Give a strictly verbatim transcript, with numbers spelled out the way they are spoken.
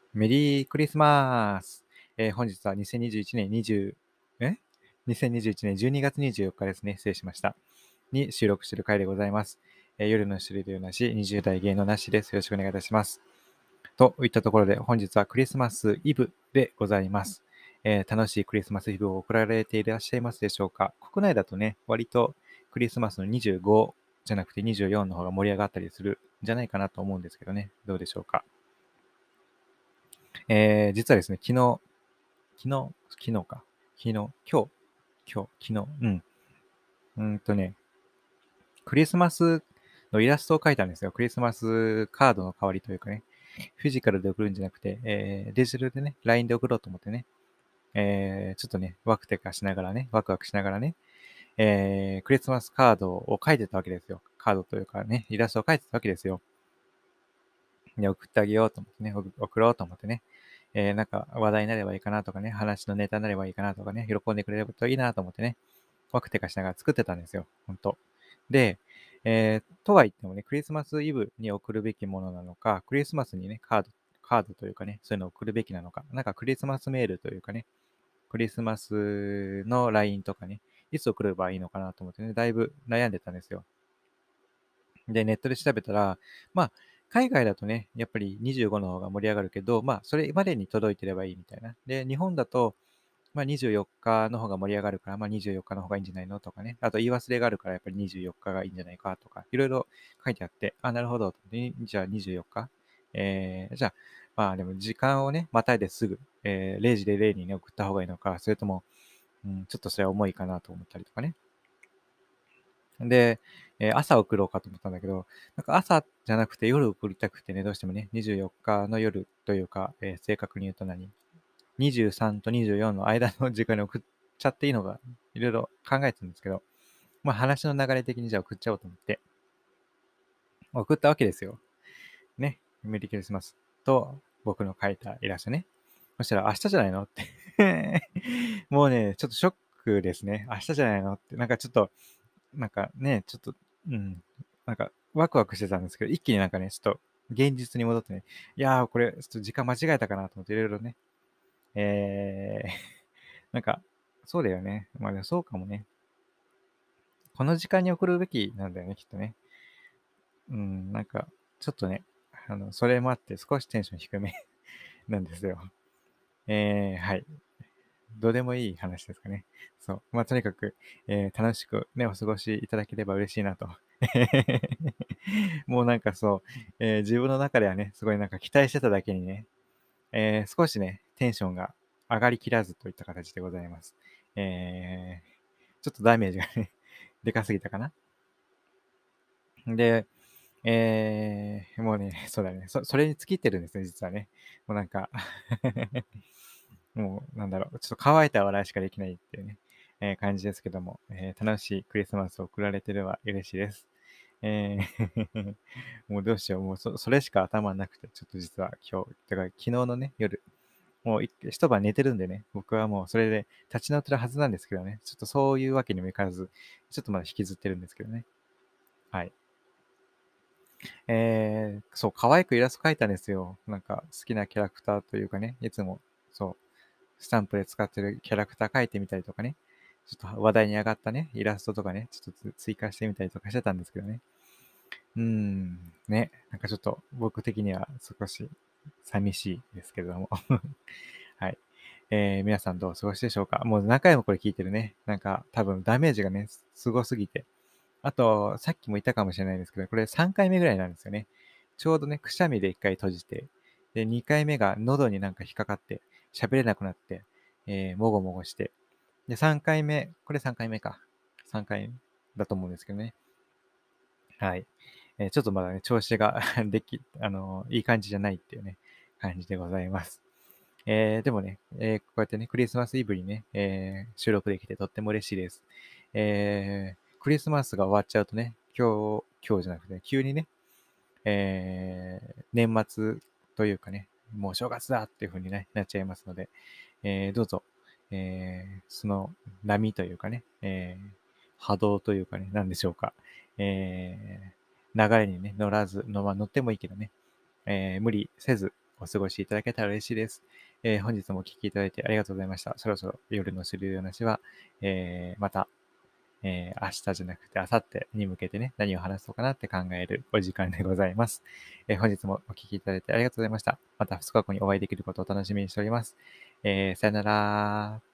メリークリスマス。えー本日はにせんにじゅういちねん20、え ?にせんにじゅういちねんじゅうにがつにじゅうよっかですね。失礼しました。に収録している回でございます。えー夜の種類でなし、にじゅう代芸のなしです。よろしくお願いいたします。といったところで、本日はクリスマスイブでございます。えー楽しいクリスマスイブを送られていらっしゃいますでしょうか？国内だとね、割とクリスマスのにじゅうごじゃなくてにじゅうよんの方が盛り上がったりするんじゃないかなと思うんですけどね。どうでしょうか？えー実はですね、昨日、昨日、昨日か。昨日、今日、今日、昨日、うん。うーんとね、クリスマスのイラストを描いたんですよ。クリスマスカードの代わりというかね、フィジカルで送るんじゃなくて、えーデジタルでね、ライン で送ろうと思ってね、えーちょっとね、ワクテカしながらね、ワクワクしながらね、えークリスマスカードを描いてたわけですよ。カードというかね、イラストを描いてたわけですよ。で、送ってあげようと思ってね、送送ろうと思ってね、えーなんか話題になればいいかなとかね、話のネタになればいいかなとかね、喜んでくれればといいなと思ってね、ワクテカしながら作ってたんですよ、ほんと。で、えーとは言ってもね、クリスマスイブに送るべきものなのか、クリスマスにね、カードカードというかね、そういうのを送るべきなのか、なんかクリスマスメールというかね、クリスマスの ライン とかね、いつ送ればいいのかなと思ってね、だいぶ悩んでたんですよ。で、ネットで調べたら、まあ、海外だとね、やっぱりにじゅうごの方が盛り上がるけど、まあ、それまでに届いてればいいみたいな。で、日本だと、まあ、にじゅうよっかの方が盛り上がるから、まあ、にじゅうよっかの方がいいんじゃないのとかね。あと、言い忘れがあるから、やっぱりにじゅうよっかがいいんじゃないかとか、いろいろ書いてあって、あ、なるほど。でじゃあにじゅうよっか。えー、じゃあ、まあでも時間をね、またいですぐ、えー、れいじでれいにね、送った方がいいのか、それとも、うん、ちょっとそれは重いかなと思ったりとかね。で、えー朝送ろうかと思ったんだけど、なんか朝じゃなくて夜送りたくてね、どうしてもね、にじゅうよっかの夜というか、えー正確に言うと何 ?にじゅうさん とにじゅうよんの間の時間に送っちゃっていいのが、いろいろ考えてたんですけど、まあ話の流れ的にじゃあ送っちゃおうと思って、送ったわけですよ。ね。メリークリスマスと僕の描いたイラストね。そしたら明日じゃないのってもうね、ちょっとショックですね。明日じゃないのって。なんかちょっと、なんかね、ちょっと、うん、なんかワクワクしてたんですけど、一気になんかね、ちょっと現実に戻ってね、いやー、これ、ちょっと時間間違えたかなと思っていろいろね、えー、なんか、そうだよね。まあでもそうかもね。この時間に送るべきなんだよね、きっとね。うん、なんか、ちょっとね、あの、それもあって少しテンション低めなんですよ。えー、はい。どうでもいい話ですかね。そう。まあ、とにかく、えー楽しくね、お過ごしいただければ嬉しいなと。もうなんかそう、えー自分の中ではね、すごいなんか期待してただけにね、えー少しね、テンションが上がりきらずといった形でございます。えーちょっとダメージがね、でかすぎたかな。で、えーもうね、そうだね、そそれに尽きてるんですね、実はね。もうなんかもう、なんだろう、ちょっと乾いた笑いしかできないっていうね、えー感じですけども、えー楽しいクリスマスを送られてれば嬉しいです。えーもうどうしよう、もうそそれしか頭なくて、ちょっと実は今日、だから昨日のね、夜、もうい一晩寝てるんでね、僕はもうそれで立ち直ってるはずなんですけどね、ちょっとそういうわけにもいかず、ちょっとまだ引きずってるんですけどね。はい。えー、そう、可愛くイラスト描いたんですよ。なんか好きなキャラクターというかね、いつも、そう、スタンプで使ってるキャラクター描いてみたりとかね、ちょっと話題に上がったね、イラストとかね、ちょっと追加してみたりとかしてたんですけどね。うーん、ね、なんかちょっと僕的には少し寂しいですけれども。はい。えー、皆さんどうお過ごしでしょうか？もう何回もこれ聞いてるね。なんか多分ダメージがね、すごすぎて。あと、さっきも言ったかもしれないですけど、これさんかいめぐらいなんですよね。ちょうどね、くしゃみでいっかい閉じて、で、にかいめが喉になんか引っかかって、喋れなくなって、えー、もごもごして、で、さんかいめ、これさんかいめか。さんかいだと思うんですけどね。はい。えーちょっとまだね、調子ができ、あのーいい感じじゃないっていうね、感じでございます。えーでもね、えーこうやってね、クリスマスイブにね、えー収録できてとっても嬉しいです。えークリスマスが終わっちゃうとね、今日、今日じゃなくて、ね、急にね、えー年末というかね、もう正月だっていう風に、ね、なっちゃいますので、えーどうぞ、えーその波というかね、えー波動というかね、なんでしょうか。えー流れにね、乗らず、のまあ、乗ってもいいけどね、えー無理せずお過ごしいただけたら嬉しいです。えー本日もお聞きいただいてありがとうございました。そろそろ夜のするようなしは、えーまた、えー明日じゃなくて明後日に向けてね、何を話そうかなって考えるお時間でございます。えー本日もお聞きいただいてありがとうございました。またふつかごにお会いできることを楽しみにしております。えーさよなら。